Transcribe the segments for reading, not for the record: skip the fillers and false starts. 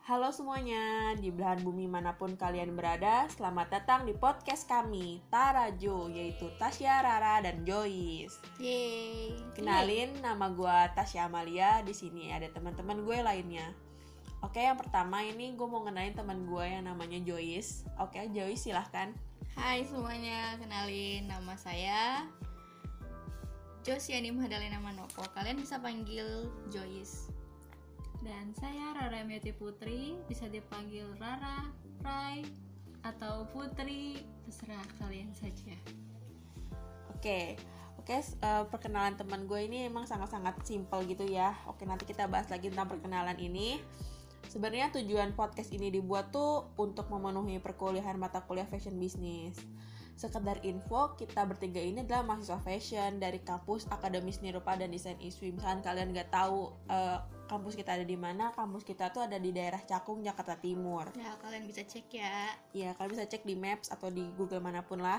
Halo semuanya, di belahan bumi manapun kalian berada, selamat datang di podcast kami, Tarajo, yaitu Tasya, Rara, dan Joyce. Yeay. Kenalin, nama gue Tasya Amalia, di sini ada teman-teman gue lainnya. Oke, yang pertama ini gue mau kenalin teman gue yang namanya Joyce. Oke, Joyce silahkan. Hai semuanya, kenalin nama saya Josiani Mahdalena Manopo. Kalian bisa panggil Joyce. Dan saya Rara Meti Putri, bisa dipanggil Rara, Rai, atau Putri, terserah kalian saja. Oke, perkenalan teman gue ini emang sangat-sangat simpel gitu ya. Oke, nanti kita bahas lagi tentang perkenalan ini. Sebenarnya tujuan podcast ini dibuat tuh untuk memenuhi perkuliahan mata kuliah fashion business. Sekedar info, kita bertiga ini adalah mahasiswa fashion dari kampus Akademi Seni Rupa dan Desain ISWI. Misalkan kalian nggak tahu kampus kita ada di mana, kampus kita tuh ada di daerah Cakung, Jakarta Timur. Ya, kalian bisa cek ya. Ya, kalian bisa cek di Maps atau di Google manapun lah.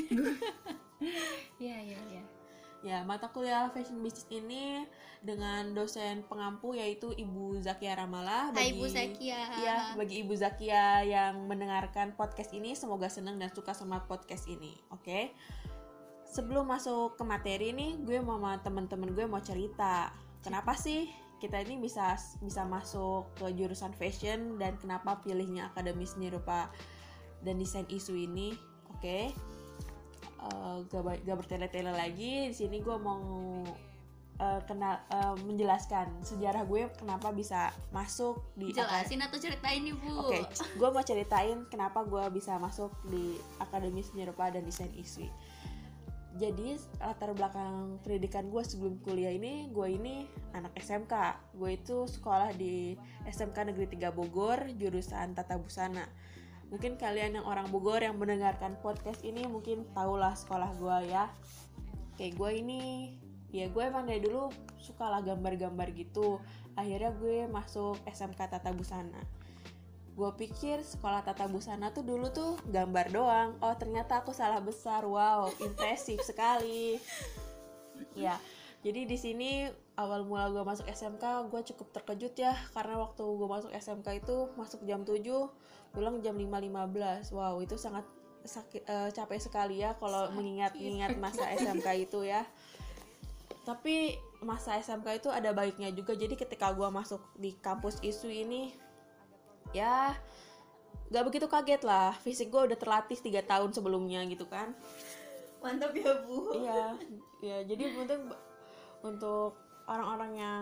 Iya. Ya, mata kuliah fashion business ini dengan dosen pengampu yaitu Ibu Zakia Ramala. Hai Ibu Zakia. Ya, bagi Ibu Zakia yang mendengarkan podcast ini, semoga senang dan suka sama podcast ini. Oke. Sebelum masuk ke materi nih, gue sama teman-teman gue mau cerita. Kenapa sih kita ini bisa masuk ke jurusan fashion dan kenapa pilihnya Akademi Seni Rupa dan Desain ISU ini? Oke. Gak bertele-tele lagi. Di sini gue mau menjelaskan sejarah gue kenapa bisa masuk di jelasin atau ceritain nih Bu? Oke, gue mau ceritain kenapa gue bisa masuk di Akademi Seni Rupa dan Desain ISWI. Jadi latar belakang pendidikan gue sebelum kuliah ini, gue ini anak SMK. Gue itu sekolah di SMK Negeri 3 Bogor, jurusan Tata Busana. Mungkin kalian yang orang Bogor yang mendengarkan podcast ini mungkin tahulah sekolah gue ya. Kayak gue ini, ya gue emang dari dulu suka lah gambar-gambar gitu. Akhirnya gue masuk SMK Tata Busana. Gue pikir sekolah Tata Busana tuh dulu tuh gambar doang. Oh ternyata aku salah besar. Wow, impresif sekali. Ya, jadi di sini awal mula gue masuk SMK gue cukup terkejut ya, karena waktu gue masuk SMK itu masuk jam 7, pulang jam 5.15. Wow, itu sangat capek sekali ya kalau mengingat masa SMK itu ya. Tapi masa SMK itu ada baiknya juga. Jadi ketika gue masuk di kampus ISU ini, ya gak begitu kaget lah. Fisik gue udah terlatih 3 tahun sebelumnya gitu kan. Mantap ya Bu. Iya, jadi untuk orang-orang yang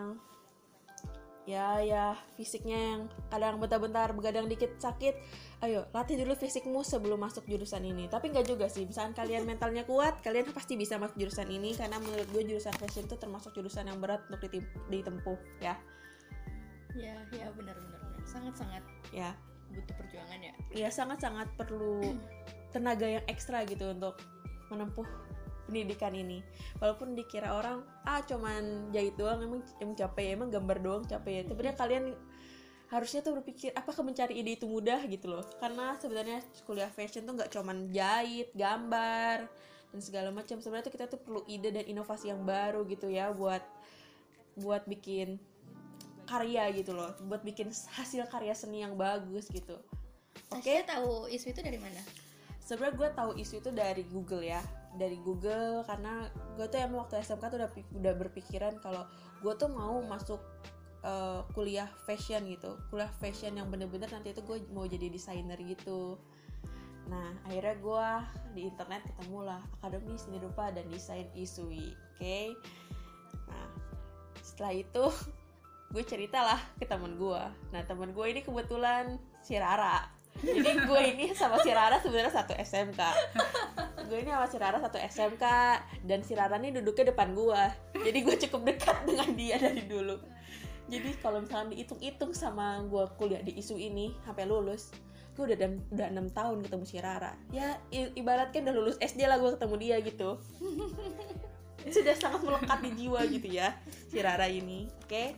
ya fisiknya yang kadang bentar-bentar begadang dikit sakit, ayo latih dulu fisikmu sebelum masuk jurusan ini. Tapi nggak juga sih, misalkan kalian mentalnya kuat, kalian pasti bisa masuk jurusan ini, karena menurut gue jurusan fashion itu termasuk jurusan yang berat untuk ditempuh ya. Ya benar. Sangat Ya, butuh perjuangan ya. Ya sangat-sangat perlu tenaga yang ekstra gitu untuk menempuh pendidikan ini. Walaupun dikira orang cuman jahit doang, emang capek ya, emang gambar doang capek ya. Sebenarnya kalian harusnya tuh berpikir apakah mencari ide itu mudah gitu loh. Karena sebenarnya kuliah fashion tuh nggak cuman jahit, gambar dan segala macam. Sebenarnya tuh kita tuh perlu ide dan inovasi yang baru gitu ya buat bikin karya gitu loh, buat bikin hasil karya seni yang bagus gitu. Oke. Tahu ISU itu dari mana? Sebenarnya gue tahu ISU itu dari Google ya, dari Google, karena gue tuh emang waktu SMK tuh udah berpikiran kalau gue tuh mau masuk kuliah fashion gitu, kuliah fashion yang bener-bener nanti itu gue mau jadi desainer gitu. Nah akhirnya gue di internet ketemu lah Akademi Seni Rupa dan Desain ISWI. Oke. Nah setelah itu gue ceritalah ke teman gue. Nah teman gue ini kebetulan si Rara. Jadi gue ini sama si Rara sebenarnya satu SMK. Gue ini sama si Rara satu SMK, dan si Rara ini duduknya depan gue. Jadi gue cukup dekat dengan dia dari dulu. Jadi kalau misalnya dihitung-hitung sama gue kuliah di ISU ini sampai lulus, gue udah 6 tahun ketemu si Rara. Ya ibaratkan udah lulus SD lah gue ketemu dia gitu. Sudah sangat melekat di jiwa gitu ya si Rara ini. Oke.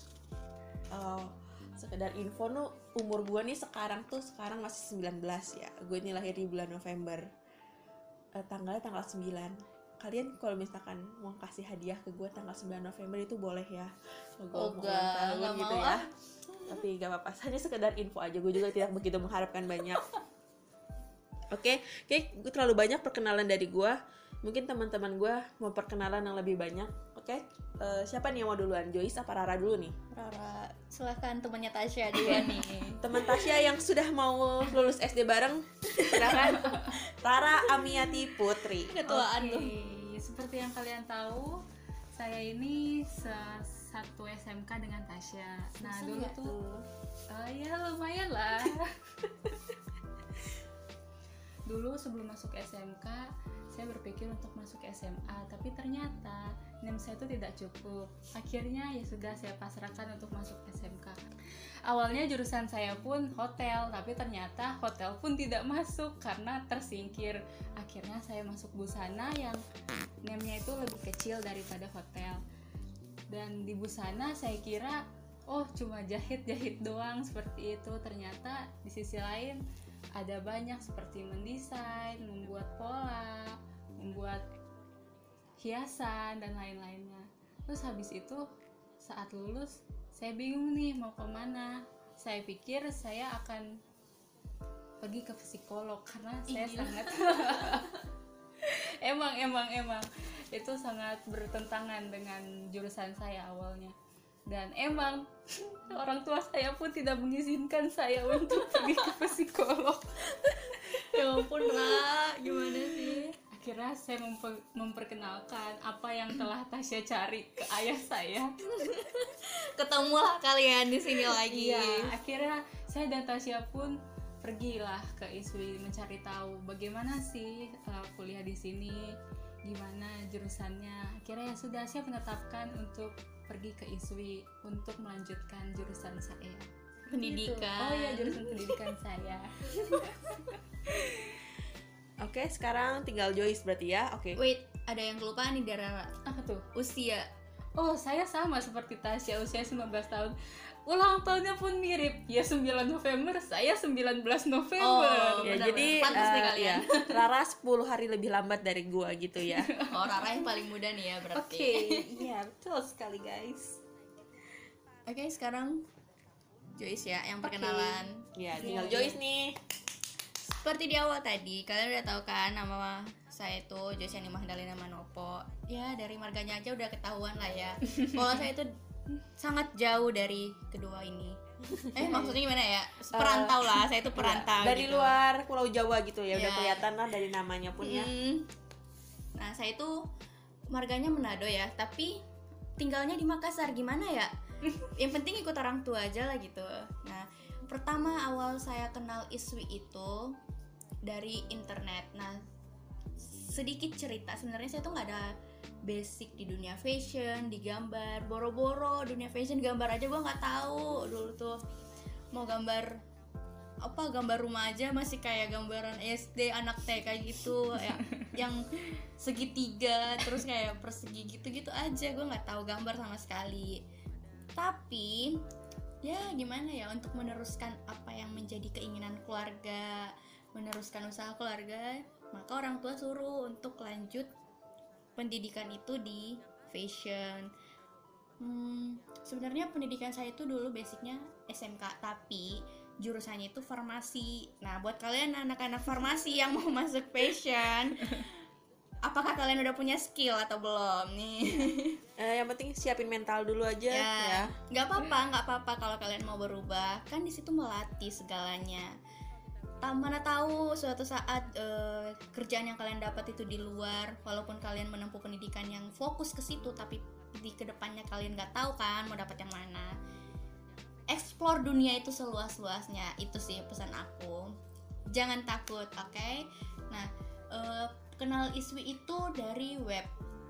Sekedar info nih, umur gue nih sekarang masih 19 ya. Gue ini lahir di bulan November, tanggal 9. Kalian kalau misalkan mau kasih hadiah ke gue tanggal 9 November itu boleh ya. Gue enggak gitu mau ya. Tapi gak apa-apa, hanya sekedar info aja, gue juga tidak begitu mengharapkan banyak. Oke, gue terlalu banyak perkenalan dari gue. Mungkin teman-teman gue mau perkenalan yang lebih banyak. Oke, siapa nih yang mau duluan? Joyce apa Rara dulu nih? Rara, silahkan temannya Tasya duluan nih. Teman Tasya yang sudah mau lulus SD bareng, silakan. Rara Amiati Putri. Ketuaan lu. Seperti yang kalian tahu, saya ini satu SMK dengan Tasya. Nah, Susah dulu nggak tuh ya lumayan lah. Dulu sebelum masuk SMK, saya berpikir untuk masuk SMA, tapi ternyata NIM saya itu tidak cukup. Akhirnya ya sudah saya pasrahkan untuk masuk SMK. Awalnya jurusan saya pun hotel, tapi ternyata hotel pun tidak masuk karena tersingkir. Akhirnya saya masuk busana yang NIM-nya itu lebih kecil daripada hotel. Dan di busana saya kira, oh cuma jahit-jahit doang seperti itu. Ternyata di sisi lain ada banyak seperti mendesain, membuat pola, membuat hiasan dan lain-lainnya. Terus habis itu saat lulus saya bingung nih mau kemana. Saya pikir saya akan pergi ke psikolog karena saya sangat emang itu sangat bertentangan dengan jurusan saya awalnya. Dan emang orang tua saya pun tidak mengizinkan saya untuk pergi ke psikolog. Ya ampun lah, gimana sih? Akhirnya saya memperkenalkan apa yang telah Tasya cari ke ayah saya. Ketemulah kalian di sini lagi. Iya, akhirnya saya dan Tasya pun pergilah ke ISWI mencari tahu bagaimana sih kuliah di sini, gimana jurusannya. Akhirnya ya sudah, saya menetapkan untuk pergi ke ISWI untuk melanjutkan jurusan saya. Pendidikan. Gitu. Oh iya, jurusan pendidikan saya. Oke, sekarang tinggal Joyce berarti ya. Oke. Wait, ada yang kelupaan nih dari Rara. Apa tuh? Usia. Oh, saya sama seperti Tasya, usia 19 tahun. Ulang tahunnya pun mirip. Ya 9 November, saya 19 November. Ya, benar-benar. jadi Pantas nih kalian. Rara 10 hari lebih lambat dari gua gitu ya. Oh, Rara yang paling muda nih ya berarti. Iya, betul sekali guys. Oke, sekarang Joyce ya yang perkenalan. Ya, tinggal Joyce nih. Seperti di awal tadi, kalian udah tahu kan nama saya itu Joyce Yani Magdalena Manopo. Ya, dari marganya aja udah ketahuan lah ya. Kalau saya itu sangat jauh dari kedua ini. Maksudnya gimana ya? Perantau lah, saya itu perantau Dari gitu. luar Pulau Jawa gitu ya, udah Ya. kelihatan lah dari namanya pun ya. Nah, saya itu marganya Manado ya, tapi tinggalnya di Makassar. Gimana ya? Yang penting ikut orang tua aja lah gitu. Nah, pertama awal saya kenal ISWI itu dari internet. Nah, sedikit cerita, sebenarnya saya tuh nggak ada basic di dunia fashion, di gambar, boro-boro dunia fashion gambar aja gue nggak tahu. Dulu tuh mau gambar apa, gambar rumah aja masih kayak gambaran SD anak TK gitu ya, yang segitiga terus kayak persegi gitu-gitu aja, gue nggak tahu gambar sama sekali. Tapi ya gimana ya, untuk meneruskan apa yang menjadi keinginan keluarga, meneruskan usaha keluarga, maka orang tua suruh untuk lanjut pendidikan itu di fashion. Sebenarnya pendidikan saya itu dulu basicnya SMK, tapi jurusannya itu farmasi. Nah, buat kalian anak-anak farmasi yang mau masuk fashion, apakah kalian udah punya skill atau belum nih? Yang penting siapin mental dulu aja ya. Nggak apa-apa kalau kalian mau berubah, kan di situ melatih segalanya. Mana tahu suatu saat kerjaan yang kalian dapat itu di luar, walaupun kalian menempuh pendidikan yang fokus ke situ, tapi di kedepannya kalian nggak tahu kan mau dapat yang mana. Explore dunia itu seluas-luasnya, itu sih pesan aku. Jangan takut, oke? Nah, kenal ISWI itu dari web,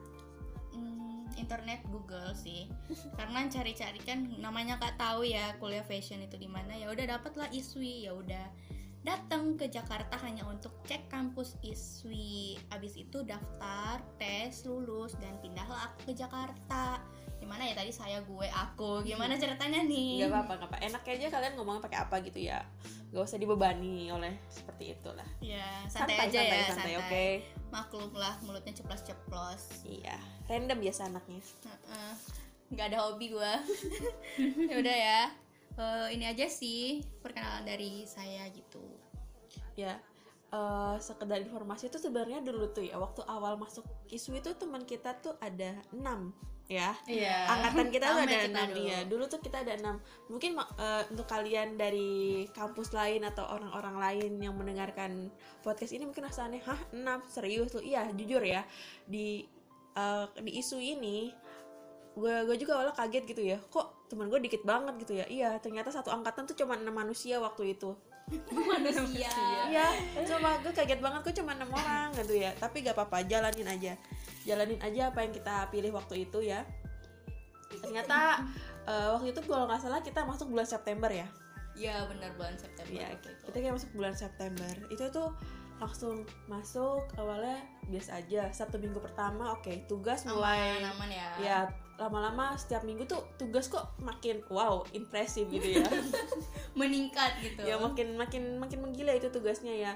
internet, Google sih. Karena cari-cari kan namanya nggak tahu ya kuliah fashion itu di mana. Ya udah dapatlah ISWI, ya udah datang ke Jakarta hanya untuk cek kampus ISWI. Abis itu daftar, tes, lulus, dan pindahlah aku ke Jakarta. Gimana ya tadi aku gimana ceritanya nih? Gak apa-apa, enak aja kalian ngomong pakai apa gitu ya, gak usah dibebani oleh seperti itulah. Ya santai aja ya, santai. Oke. Maklum lah, mulutnya ceplos-ceplos. Iya, random biasa anaknya. Nggak ada hobi gue. Ya udah ya. Ini aja sih perkenalan dari saya gitu. Ya, sekedar informasi itu sebenarnya dulu tuh ya, waktu awal masuk ISWI itu teman kita tuh ada 6 ya. Iya. Angkatan kita tuh Rame ada kita 6 dulu. ya. Dulu tuh kita ada 6. Mungkin untuk kalian dari kampus lain atau orang-orang lain yang mendengarkan podcast ini mungkin rasanya, hah 6 serius lu? Iya, jujur ya. Di ISWI ini gue juga awalnya kaget gitu ya, kok teman gue dikit banget gitu ya. Iya, ternyata satu angkatan tuh cuma 6 manusia waktu itu. Manusia. Iya, cuma gue kaget banget, gue cuma 6 orang gitu ya. Tapi gak apa-apa, jalanin aja apa yang kita pilih waktu itu ya. Ternyata waktu itu kalau nggak salah kita masuk bulan September ya. Ya benar, bulan September. Iya, waktu itu. kita kayak masuk bulan September. Itu tuh langsung masuk, awalnya biasa aja. 1 minggu pertama oke, tugas mulai Aman ya. ya, lama-lama setiap minggu tuh tugas kok makin wow, impresif gitu ya. Meningkat gitu. Ya makin menggila itu tugasnya ya.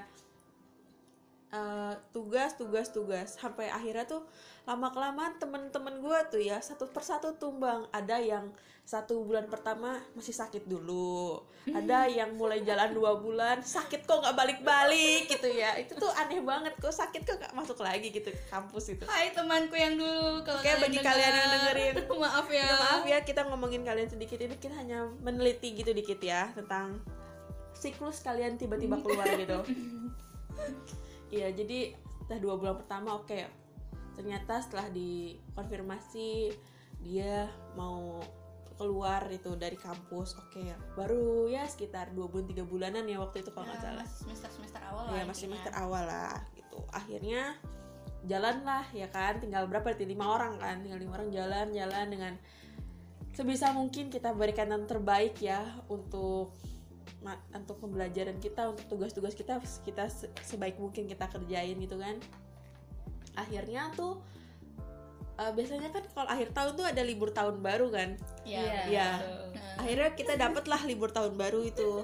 Tugas sampai akhirnya tuh lama-kelamaan temen-temen gue tuh ya satu persatu tumbang. Ada yang 1 bulan pertama masih sakit dulu, ada yang mulai jalan 2 bulan sakit kok nggak balik-balik gitu ya. Itu tuh aneh banget, kok sakit kok nggak masuk lagi gitu ke kampus itu. Hai temanku yang dulu, kalau Oke, bagi kalian yang dengerin, maaf ya. maaf ya kita ngomongin kalian sedikit, ini kita hanya meneliti gitu dikit ya tentang siklus kalian tiba-tiba keluar gitu. Iya, jadi setelah 2 bulan pertama oke. Ternyata setelah dikonfirmasi dia mau keluar itu dari kampus, oke. Baru ya sekitar 2 bulan 3 bulanan ya waktu itu kalau nggak salah. Semester awal lah. Iya, masih semester awal lah gitu. Akhirnya jalan lah ya kan, tinggal berapa, 5 orang kan, tinggal 5 orang jalan dengan sebisa mungkin kita berikan yang terbaik ya untuk pembelajaran kita, untuk tugas-tugas kita sebaik mungkin kita kerjain gitu kan. Akhirnya tuh biasanya kan kalau akhir tahun tuh ada libur tahun baru kan. Iya. Akhirnya kita dapatlah libur tahun baru itu.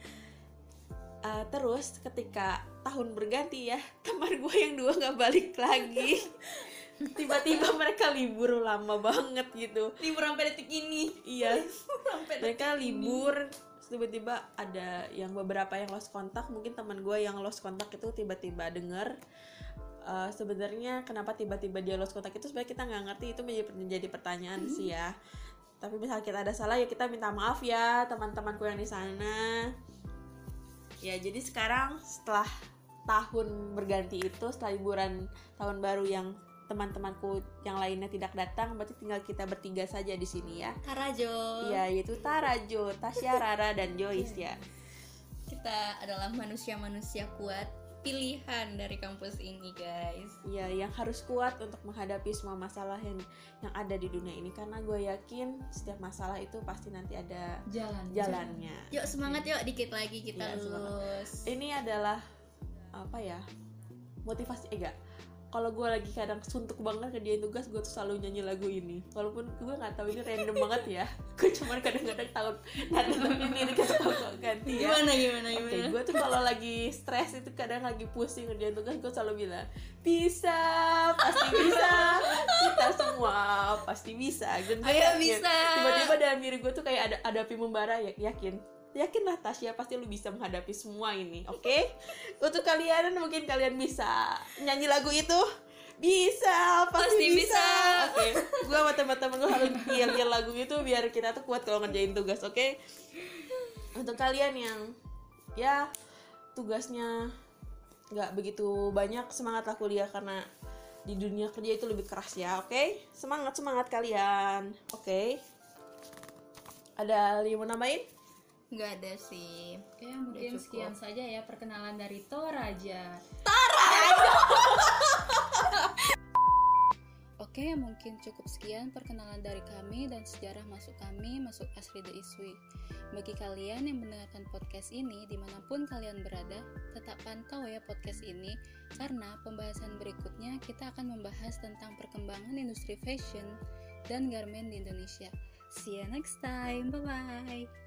Terus ketika tahun berganti ya, teman gue yang 2 nggak balik lagi. Tiba-tiba mereka libur lama banget gitu. Libur sampai detik ini. Iya. Sampai Mereka libur, tiba-tiba ada yang beberapa yang lost kontak. Mungkin teman gue yang lost kontak itu tiba-tiba denger. Sebenarnya kenapa tiba-tiba dia lost kontak itu sebenarnya kita nggak ngerti, itu menjadi pertanyaan sih ya. Tapi misal kita ada salah ya kita minta maaf ya teman-temanku yang di sana. Ya jadi sekarang setelah tahun berganti itu, setelah liburan tahun baru yang teman-temanku yang lainnya tidak datang, berarti tinggal kita bertiga saja di sini ya. Tarajo. Iya, yaitu Tarajo, Tasya, Rara, dan Joyce ya. Kita adalah manusia-manusia kuat pilihan dari kampus ini, guys. Iya, yang harus kuat untuk menghadapi semua masalah yang ada di dunia ini, karena gue yakin setiap masalah itu pasti nanti ada jalannya. Yuk semangat yuk, dikit lagi kita Iya, lulus. Ini adalah apa ya? Motivasi kalau gue lagi kadang suntuk banget kerjain tugas, gue tuh selalu nyanyi lagu ini. Walaupun gue nggak tahu ini random banget ya. Gue cuma kadang-kadang tahu nanti lirik atau ganti ya. Gimana? Oke, gue tuh kalau lagi stres itu kadang lagi pusing kerjain tugas, gue selalu bilang bisa, pasti bisa, kita semua pasti bisa. Dan gue Ayo yakin, bisa. tiba-tiba dalam diri gue tuh kayak ada api membara, yakinlah Tasya, pasti lu bisa menghadapi semua ini, oke? Untuk kalian mungkin kalian bisa nyanyi lagu itu, bisa, pasti bisa. Oke, gue sama teman-teman gue harus yel lagu itu biar kita tuh kuat kalau ngerjain tugas, oke? Untuk kalian yang ya tugasnya nggak begitu banyak, semangatlah kuliah karena di dunia kerja itu lebih keras ya, oke? Semangat kalian, oke? Ada yang mau nambahin? Nggak ada sih. Oke, mungkin cukup. sekian saja ya perkenalan dari Toraja. Oke, mungkin cukup sekian perkenalan dari kami dan sejarah masuk Asri The ISWI. Bagi kalian yang mendengarkan podcast ini dimanapun kalian berada, tetap pantau ya podcast ini, karena pembahasan berikutnya kita akan membahas tentang perkembangan industri fashion dan garment di Indonesia. See you next time, bye-bye.